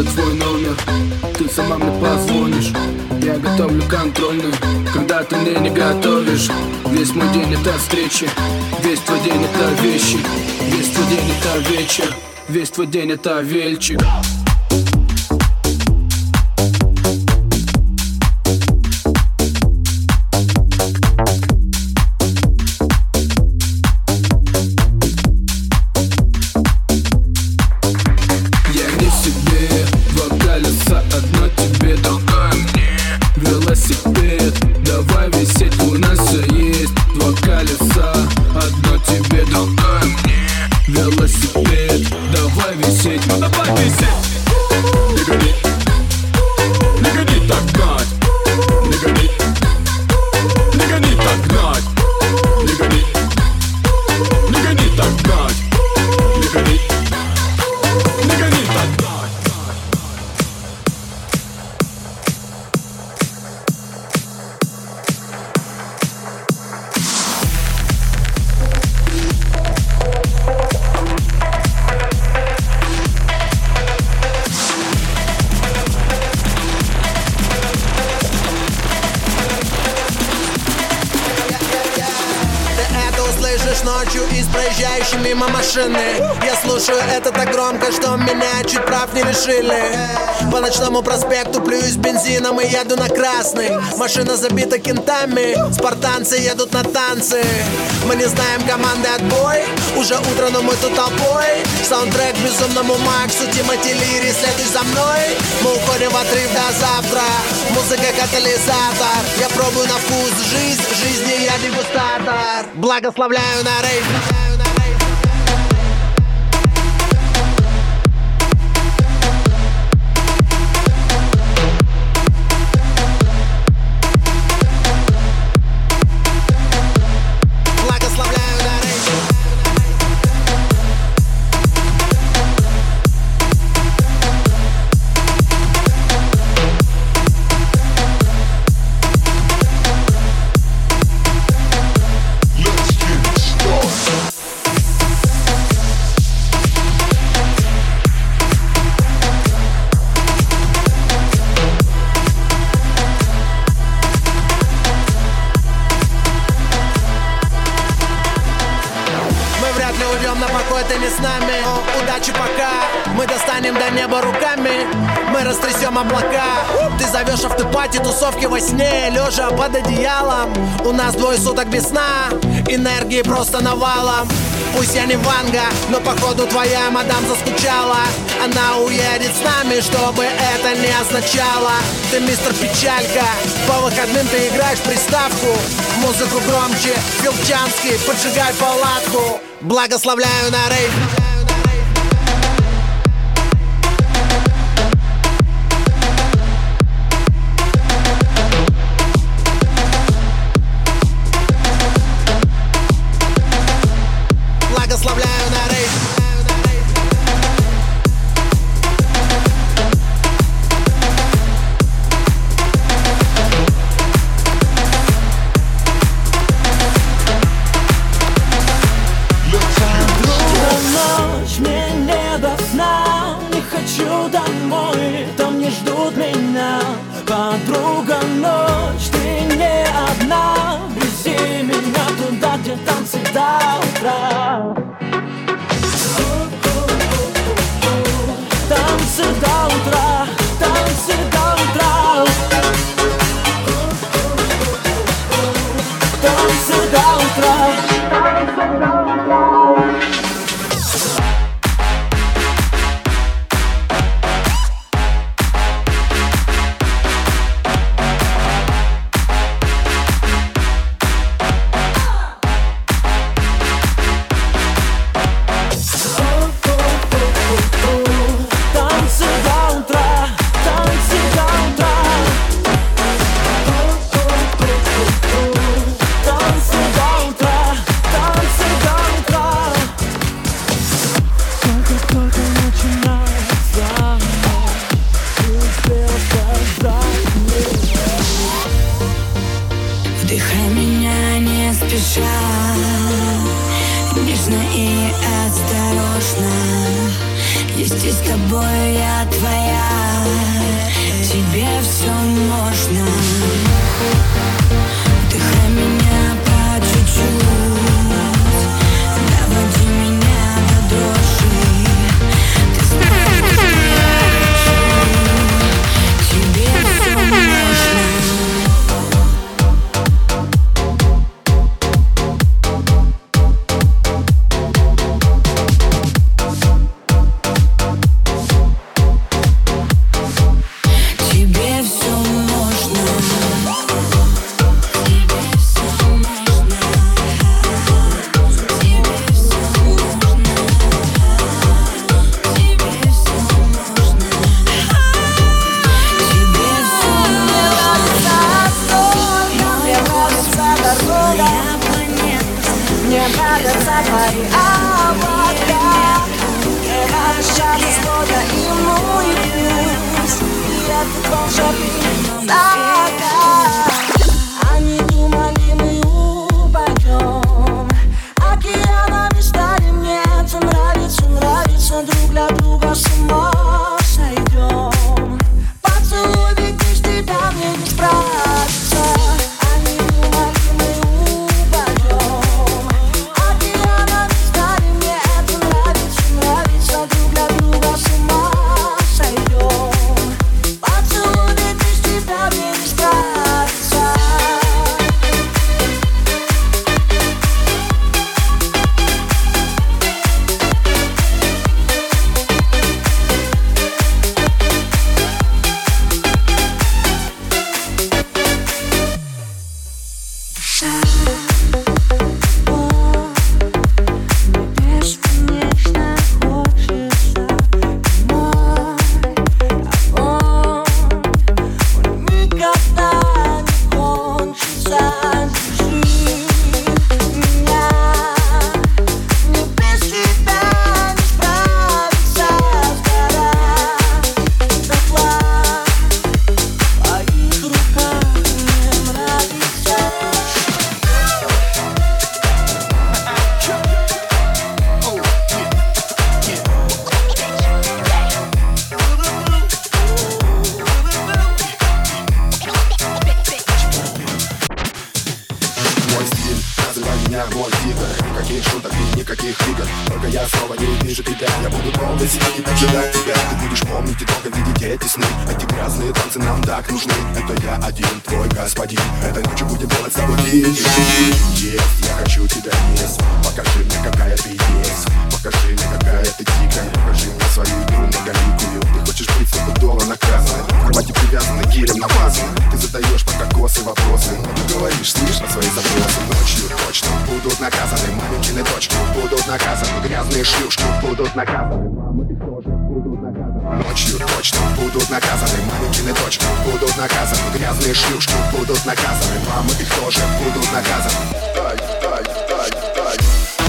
твой номер, ты сама мне позвонишь. Я готовлю контрольную, когда ты мне не готовишь. Весь мой день это встречи, весь твой день это вещи, весь твой день это вечер, весь твой день это вельчик. Давай висеть, у нас все есть. Два колеса, одно тебе, другое мне. Велосипед, давай висеть, ну давай висеть. Не гони, не гони так гнать. Не гони, не гони так гнать. Не гони, не гони так гнать. Не гони, не гони так гнать. Слышишь ночью из проезжающей мимо машины. Я слушаю это так громко, что меня чуть прав не лишили. По ночному проспекту плююсь бензином и еду на красный. Машина забита кентами, спартанцы едут на танцы. Мы не знаем команды отбой, уже утро, но мы тут толпой. Саундтрек безумному Максу, Тимати Лири, следуй за мной. Мы уходим в отрыв до завтра, музыка катализатор. Я пробую на вкус жизнь, жизни я дегустатор. Благословляю на рейв. Уйдем на покой, ты не с нами. Удачи пока, мы достанем до неба руками. Мы растрясем облака. Ты зовешь автопати, тусовки во сне, лежа под одеялом. У нас двое суток без сна, энергии просто навалом. Пусть я не Ванга, но походу твоя мадам заскучала. Она уедет с нами, чтобы это не означало. Ты мистер Печалька, по выходным ты играешь в приставку. Музыку громче, Филчанский, поджигай палатку. Благословляю на рейв. Благословляю на рейв. Хочу домой, там не ждут меня. Подруга, ночь, ты не одна. Вези меня туда, где танцы до утра. Танцы до утра, танцы до утра. Танцы до утра, танцы до утра. и осторожно. Есть и с тобой я твоя, тебе все можно. Вдыхай меня по чуть-чуть, доводи меня до дрожи. Ты знаешь, я хочу, тебе все можно. Мне нравятся твои облака, превращали словно ему и плюс. И это волшебный закат. Они думали, мы упадем, океанами стали. Мне это нравится, нравится, друг для друга с ума сойдем. Поцелуй, ведь без тебя мне не справиться. Мой тигр, никаких шуток и никаких игр. Только я снова не увижу тебя. Я буду долго сидеть и ожидать тебя. Ты будешь помнить и долго видеть эти сны. Эти грязные танцы нам так нужны. Это я один, твой господин. Этой ночью будем делать с тобой есть, я хочу тебя есть. Покажи мне, какая ты есть. Покажи мне, какая ты дикая. Покажи мне свою игру многоликую. Ты хочешь быть стопудово наказанной. В кровати привязанной, гирем намазанной. Ты задаешь пока косы вопросы. Но ты говоришь, слышно свои запросы. Ночью точно будут наказаны. Маменькины дочки будут наказаны. Грязные шлюшки будут наказаны. Мамы их тоже будут наказаны. Ночью точно будут наказаны. Маменькины дочки будут наказаны. Грязные шлюшки будут наказаны. Мамы их тоже будут наказаны. Ай, ай, ай, ай.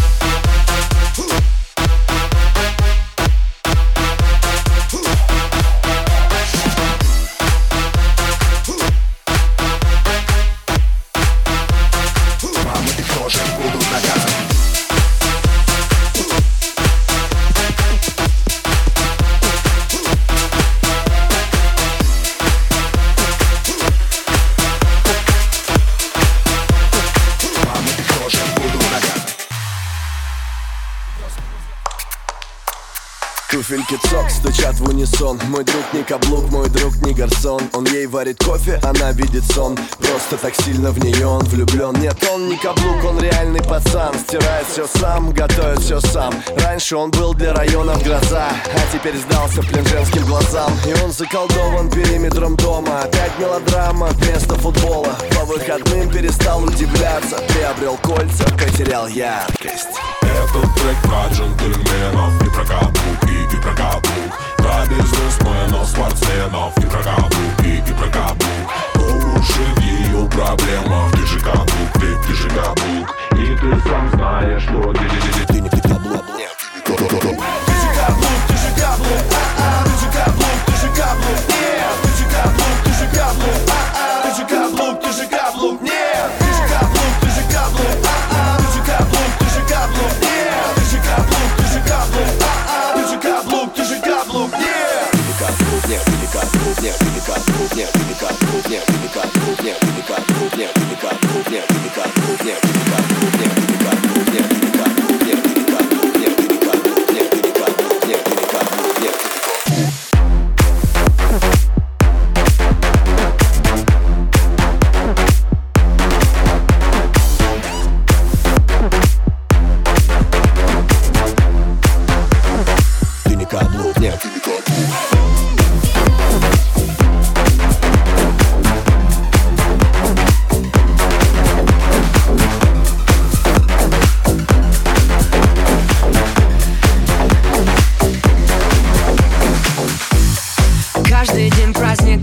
Туфельки цок стучат в унисон. Мой друг не каблук, мой друг не гарсон. Он ей варит кофе, она видит сон. Просто так сильно в нее он влюблен. Нет, он не каблук, он реальный пацан. Стирает все сам, готовит все сам. Раньше он был для районов гроза, а теперь сдался плен женским глазам. И он заколдован периметром дома. Опять мелодрама вместо футбола. По выходным перестал удивляться. Приобрел кольца, потерял яркость. Этот трек про джентльменов, не про каблуки и про каблук. Про бизнесменов, спортсменов, и про каблуки и про каблук. По уши в ее проблемах. Ты же каблук, ты же каблук. И ты сам знаешь, что ты не каблук. Нет, ты же каблук, ты же каблук. Ты же каблук, ты же каблук. Нет, ты же каблук, ты же каблук. Ты же каблук, ты же каблук. Нет, ты же каблук, ты же каблук. Ты же каблук, ты же каблук. Нет.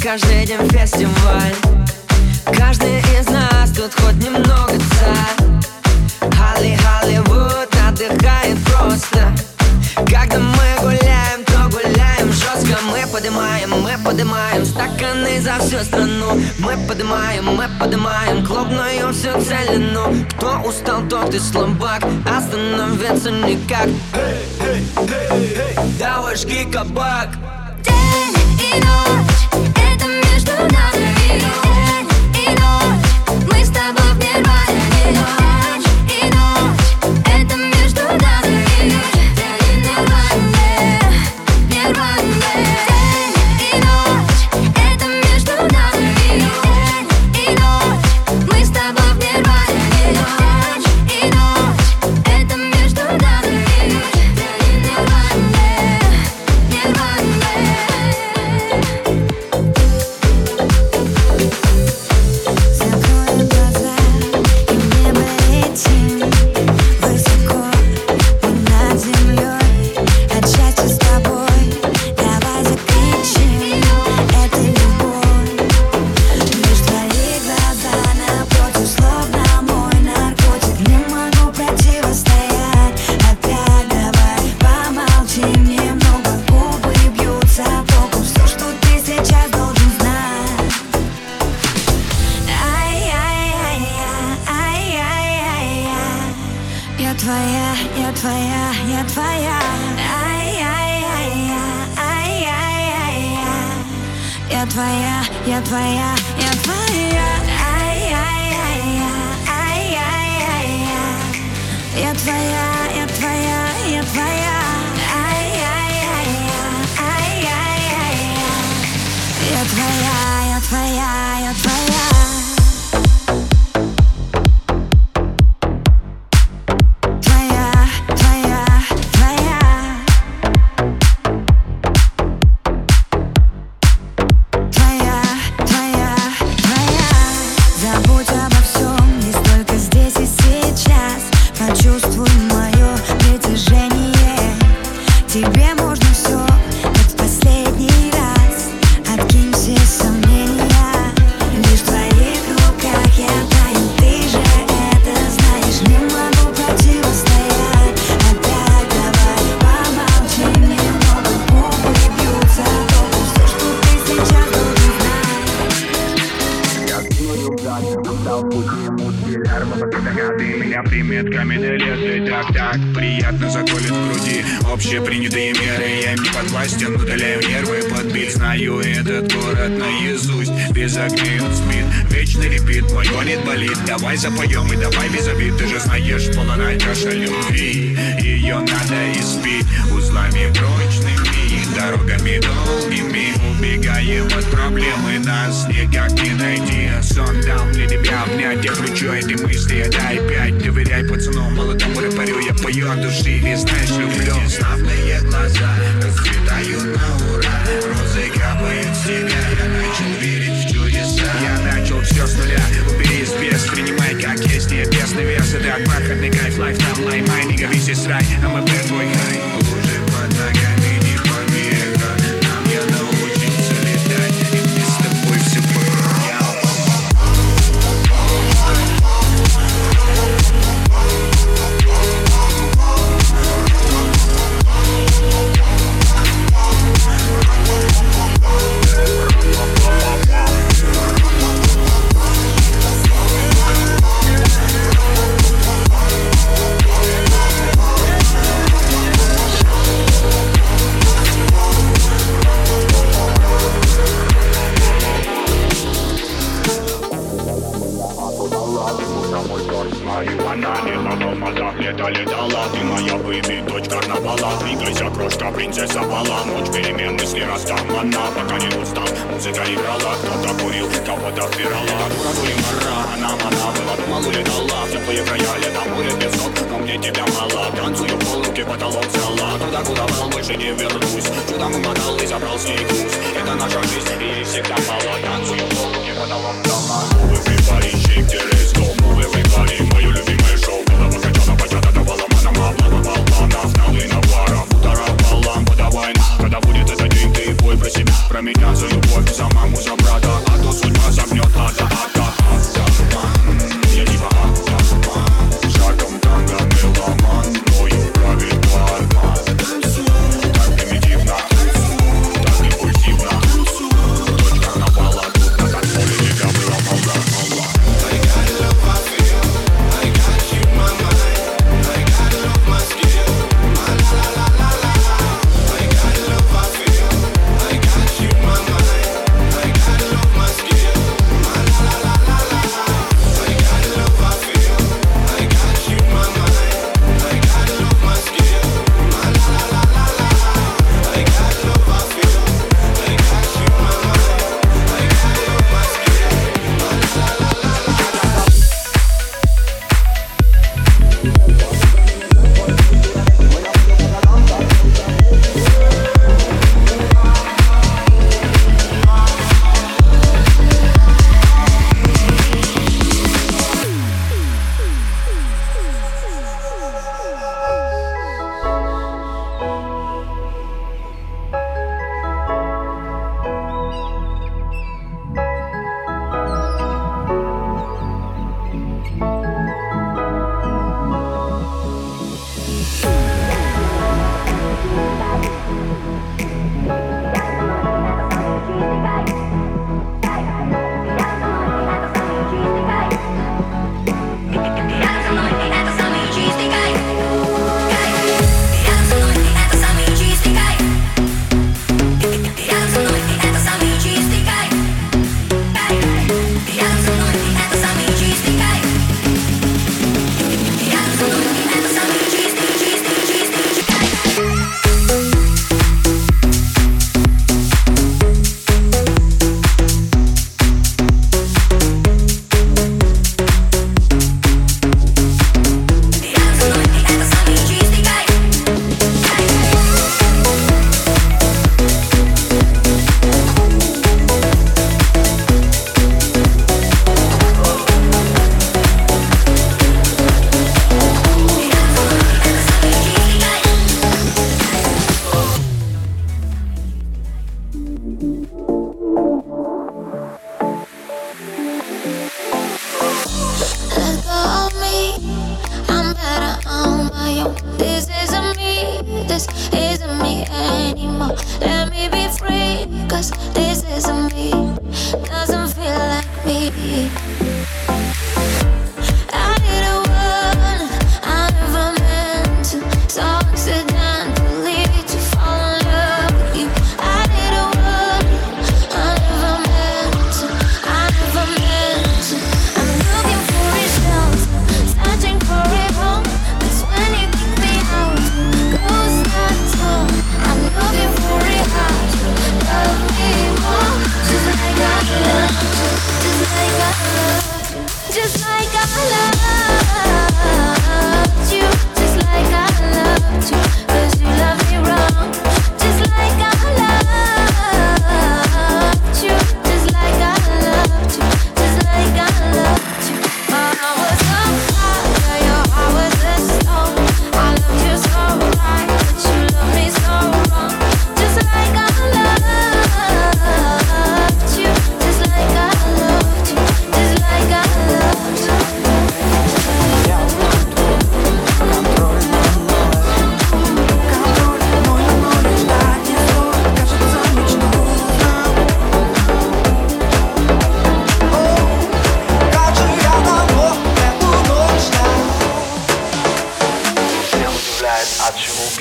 каждый день фестиваль. Каждый из нас тут хоть немного царь. Холливуд отдыхает просто. Когда мы гуляем, то гуляем жестко. Мы поднимаем стаканы за всю страну. Мы поднимаем клубную всю целину. Кто устал, тот и слабак, остановиться никак. Давай жги кабак. День и ночь, это между нами. День и ночь, мы с тобой в нирване. День и ночь, это между нами. День и нирване, нирване. День и ночь, это между нами. День и ночь, мы с тобой в нирване. День и ночь, это между нами. День и нирване, нирване. Закроем глаза, и в небо летим высоко, мы над землей, от счастья с тобой. Давай закричим, это любовь. Лишь твои глаза напротив, словно мой наркотик. Не могу противостоять, опять давай помолчим немного. Губы бьются током, все, что ты сейчас должен знать. Я твоя, я твоя, я твоя. Я твоя, я твоя, я твоя. Я твоя, я твоя, я твоя. Я твоя, я твоя, я твоя. Твоя, твоя, твоя. Твоя, твоя, твоя. Забудь обо всем, не столько здесь и сейчас. Почувствуй мое притяжение. Тебе можно все, как в последний раз. Откинь все сомнения. Лишь в твоих руках я таю, ты же это знаешь. Не могу противостоять, опять давай помолчим немного. Губы бьются током, все, что ты сейчас должен знать. Я смотрю вдаль, дал пути ему стиляр. Ты меня приметками на лето. Так, приятно заколет в груди. Общепринятые меры, я им не подвластен. Удаляю нервы под бит. Знаю этот город наизусть. Без огней он спит, вечный репит. Мой гонит болит, давай запоем и давай без обид. Ты же знаешь, полная чаша любви. Ее надо испить узлами прочными, дорогами долгими. Убегаем от проблемы, нас никак не найти. Сон дал мне тебя обнять, я кручу эти мысли. Дай 5, доверяй пацану молодому рэперю. Я пою от души, и знаешь, люблю. Славные глаза расцветают на ура. Розы капают с тебя, я начал верить в чудеса. Я начал все с нуля, убери из без. Принимай как есть, небесный вес. Это бархатный кайф, лайф там лаймай. Не говись из рай, а мы твой хай. Лужи под ногами не помеха. Нам я научился летать, и мы с тобой все поменял. Летала, ты моя бэйби, дочь карнавала. Двигайся, крошка, принцесса бала. Ночь перемен, мысли расстамана. Пока не устал, музыка играла. Кто-то курил, кого-то вбирала. Дура, мара, она была, думал, улетала. В теплые края, летом море песок. Но мне тебя мало, танцую пол, руки потолок взяла. Туда, куда был, больше не вернусь. Чудом умотал и забрал с ней вкус. Это наша жизнь, и ей всегда мало. Танцую пол, руки потолок взяла. Move everybody, shake the let's go. Move everybody, мое любимое шоу. Голова качана, почата давала манама. Плавал планов, налы на парах. Удара балам, подавай. Когда будет этот день, ты пой про себя. Про меня за любовь, за маму, за брат.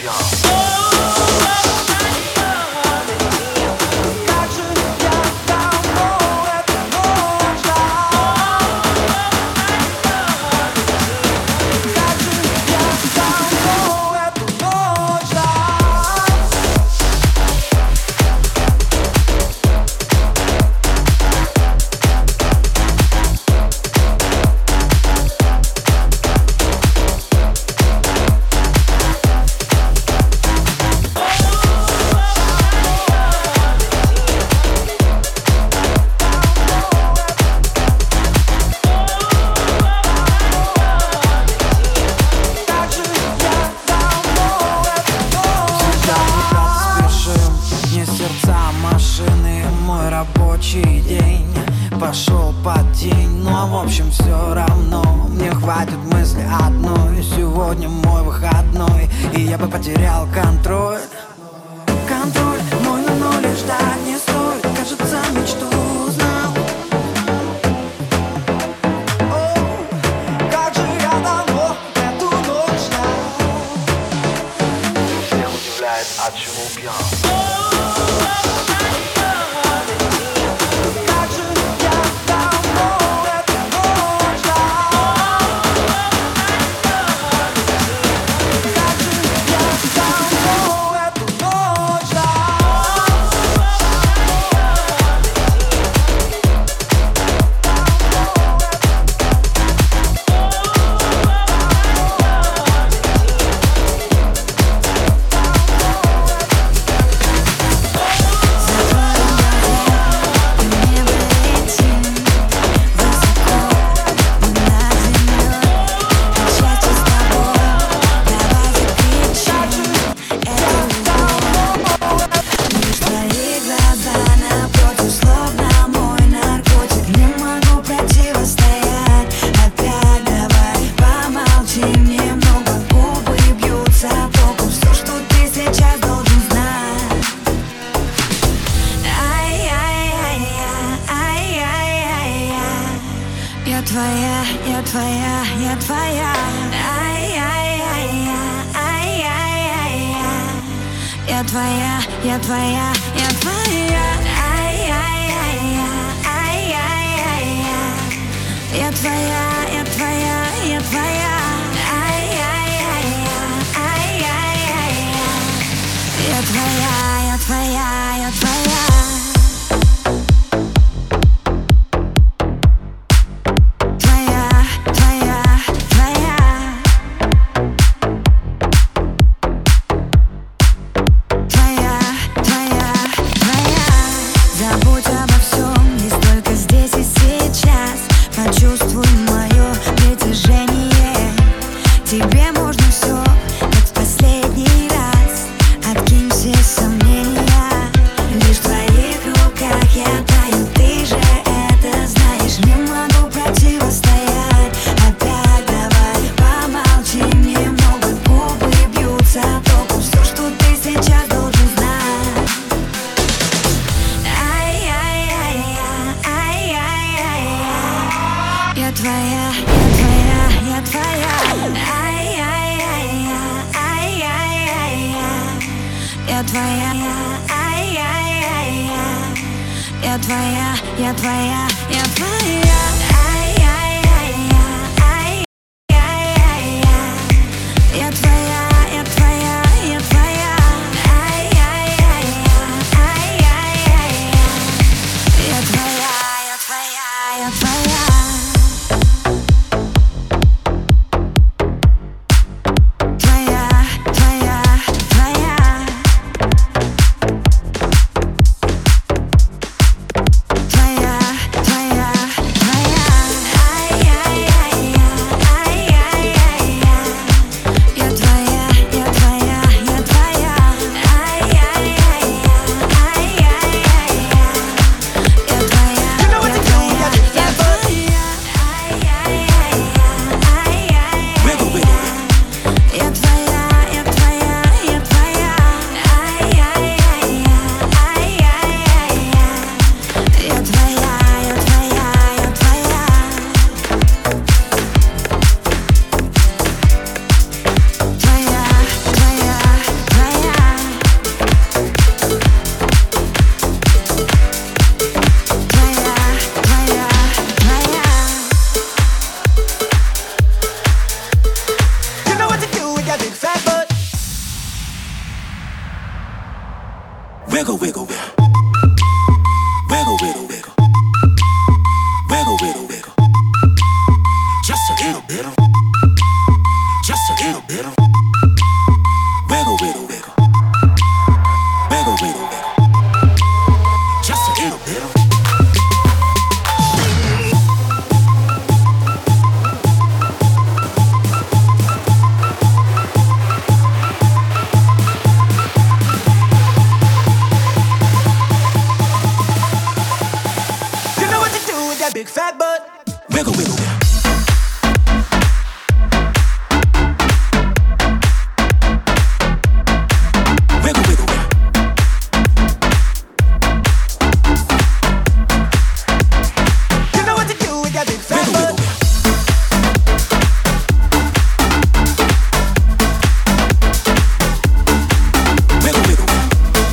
Рабочий день пошел под тень, но в общем все равно мне хватит мысли одной. Сегодня мой выходной, и я бы потерял контроль. Контроль мой, но лишь ждать не стоит. Кажется, мечту узнал. О, как же я давно эту ночь ждал. Всех удивляет, от чего пьян. Я твоя, ай-яй-яй-я, ай-яй-яй-я. Я твоя, я твоя, я твоя, ай-яй-яй-я, ай-яй-яй-я. Я твоя, я твоя, я твоя, ай-яй-яй-я, ай-яй-яй-я. Я твоя, я твоя, я твоя. Почувствуй мое притяжение. Тебе можно все, как в последний раз. Откинь все сомнения. Лишь в твоих руках я таю, ты же это знаешь. Не могу противостоять. Опять давай помолчи немного. Губы бьются током. Все, что ты сейчас должен знать. Ай-яй-яй-я, ай-яй-яй-я. Я твоя, я твоя, я твоя, ай-яй-яй-я, ай-яй-яй-я. Я твоя, ай-яй-яй-я. Я твоя, я твоя, я твоя, ай-яй-яй-я, ай-яй-яй-я. Я твоя, я твоя, я твоя, ай-яй-яй-я, ай-яй-яй-я. Я твоя, я твоя, я твоя. Твоя, Wiggle, wiggle, wiggle. Wiggle, wiggle, wiggle. Wiggle, wiggle, wiggle. Just a little bit. Just a little bit. Wiggle, wiggle, wiggle. Wiggle, wiggle, wiggle. Just a little bit. Big fat butt. Wiggle, wiggle, wiggle. Wiggle, wiggle, wiggle. You know what to do with that big fat butt. Wiggle, wiggle, wiggle.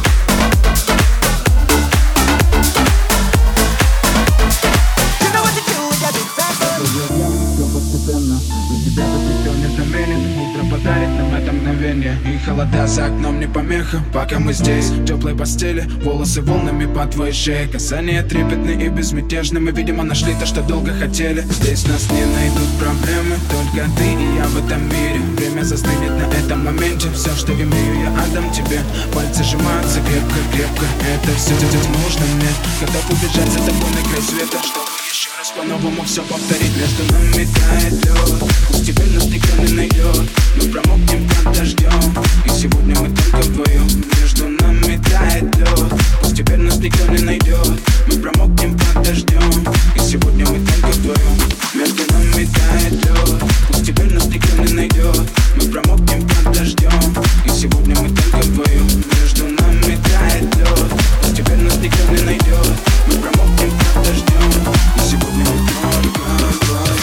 И холода за окном не помеха, пока мы здесь в теплой постели. Волосы волнами по твоей шее, касания трепетны и безмятежны. Мы, видимо, нашли то, что долго хотели. Здесь нас не найдут проблемы, только ты и я в этом мире. Время застынет на этом моменте. Все, что имею, я отдам тебе. Пальцы сжимаются крепко-крепко. Это все нужно мне. Готов убежать за тобой на край света, чтобы еще раз по-новому все повторить. Между нами тает лед, пусть теперь нас никто не найдет. Мы промокнем под дождем, и сегодня мы только вдвоем. Между нами тает лед, пусть теперь нас никто не найдет. Мы промокнем под дождем, и сегодня мы только вдвоем. Между нами тает лед, пусть теперь нас никто не найдет. Мы промокнем под дождем, и сегодня мы только вдвоем. Между нами тает лед, пусть теперь нас никто не найдет. Мы промокнем под дождем, и сегодня мы только вдвоем.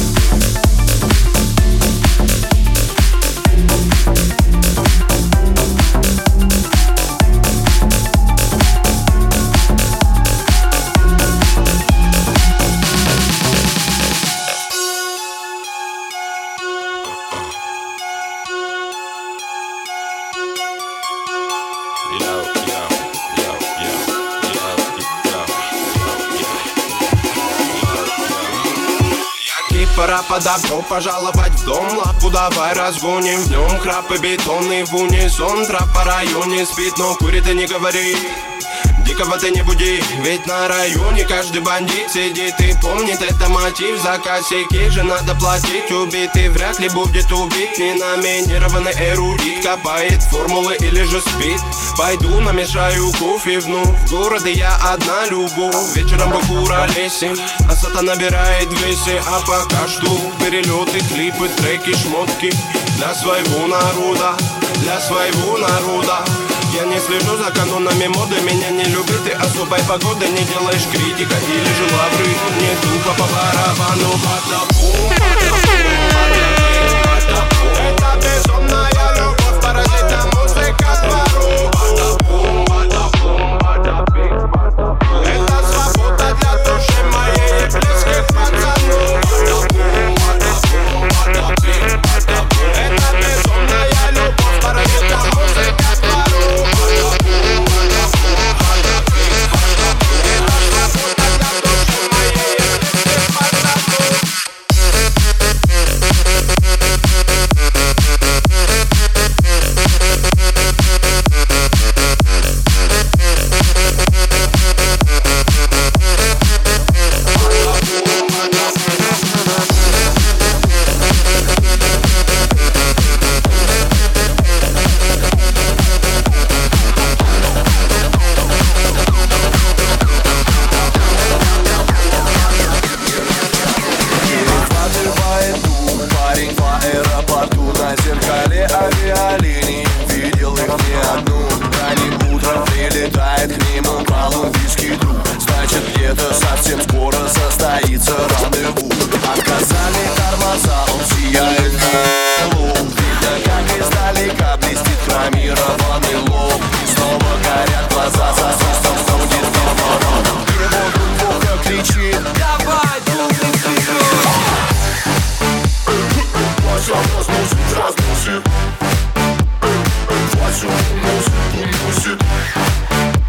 Пора подобью пожаловать в дом. Лапу давай разгоним, в нем храп и бетонный в унисон. Трап по районе спит, но курит и не говори. Дикого ты не буди, ведь на районе каждый бандит сидит и помнит, это мотив. За косяки же надо платить. Убитый вряд ли будет убит. Ненаминированный эрудит копает формулы или же спит. Пойду намешаю кофе вновь. В городе я одна любовь. Вечером бакура лесим, а сата набирает весе. А пока жду перелеты, клипы, треки, шмотки. Для своего народа, для своего народа. Я не слежу за канонами моды, меня не любит и особой погоды. Не делаешь критика или же лавры, не тупо по барабану. Это безумная любовь, паразита музыка двору. Это свобода для души моей и близких пацанов. Это безумная любовь, паразита музыка двору. Вася, музыку носит.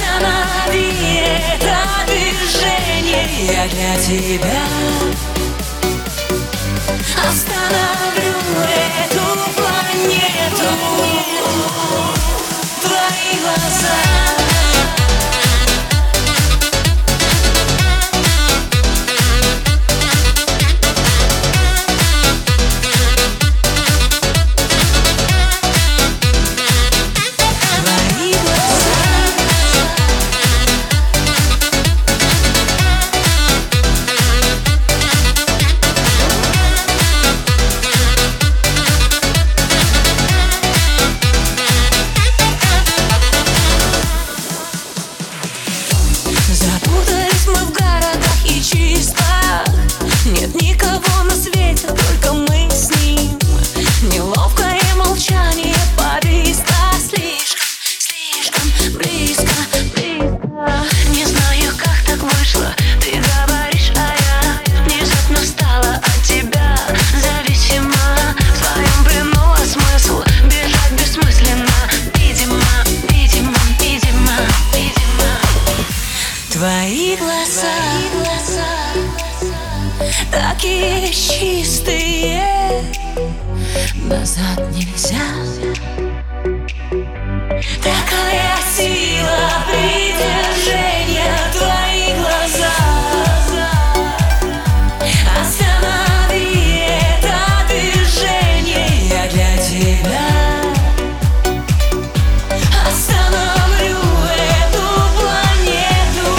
Останови это движение, я для тебя остановлю эту планету. Твои глаза. Запутались мы в городах и числах. Нет никого на свете, только мы с ним. Неловкое молчание повисло. Слишком близко. Не знаю, как так вышло. Ты говоришь, а я внезапно стала от тебя зависима. В твоем плену смысл бежать бессмысленно. Видимо. Твои глаза такие чистые, назад нельзя. Такая сила притяжения, твои глаза. Останови это движение, я для тебя остановлю эту планету.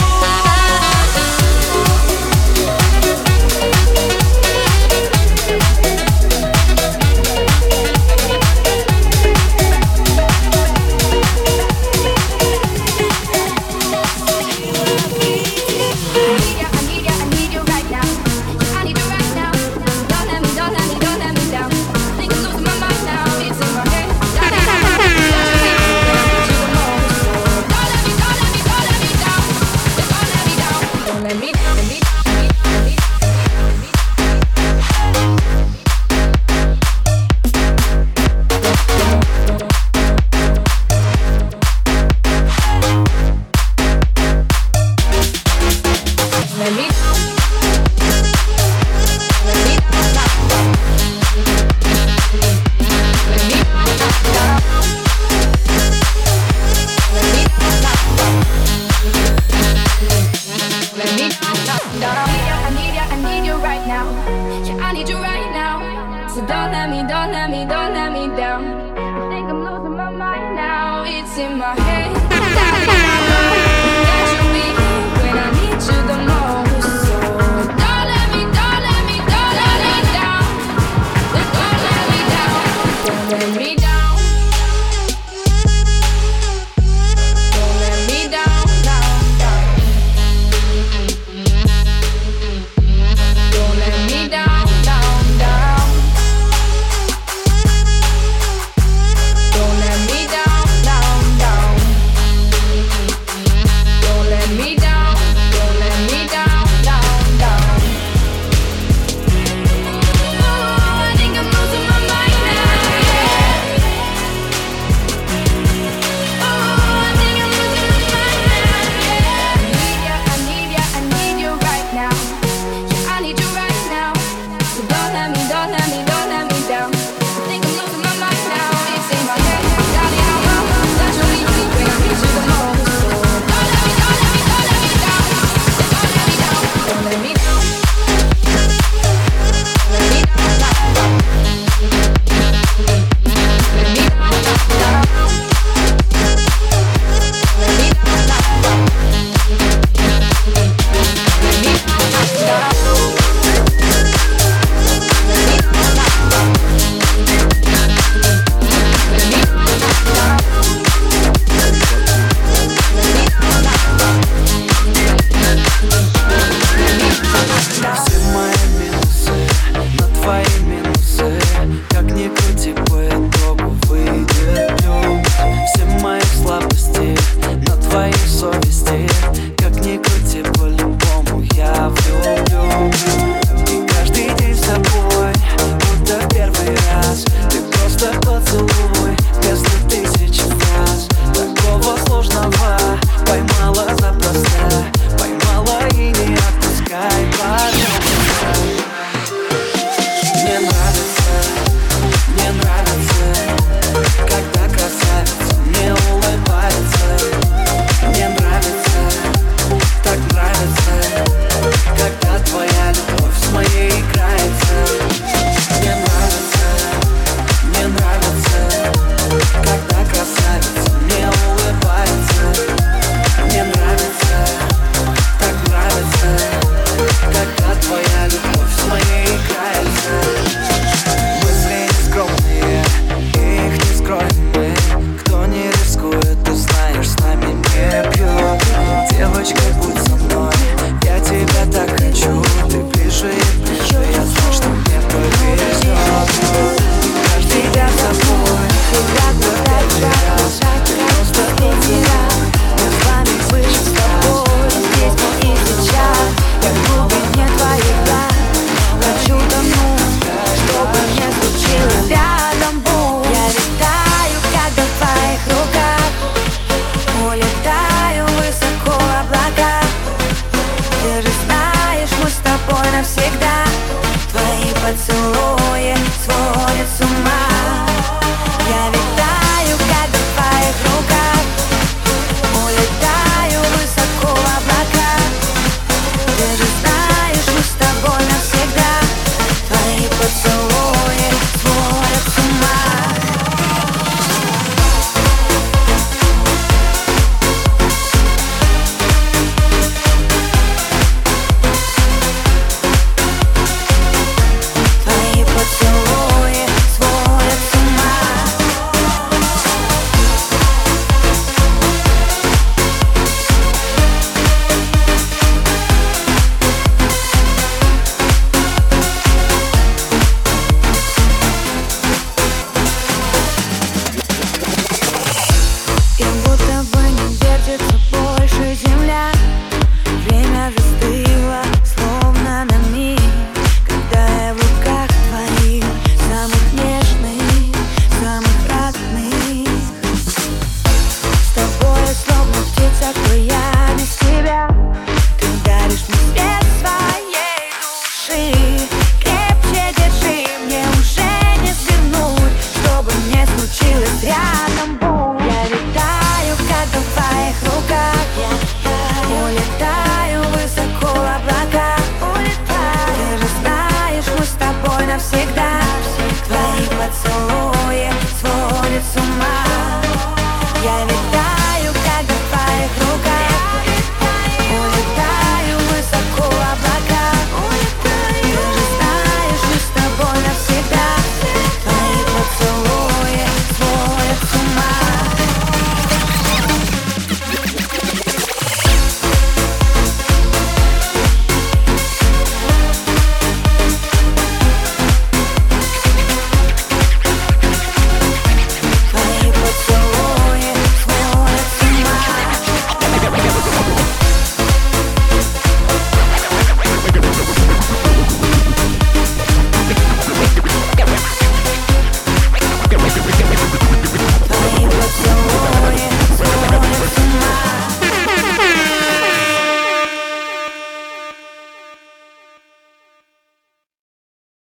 навсегда.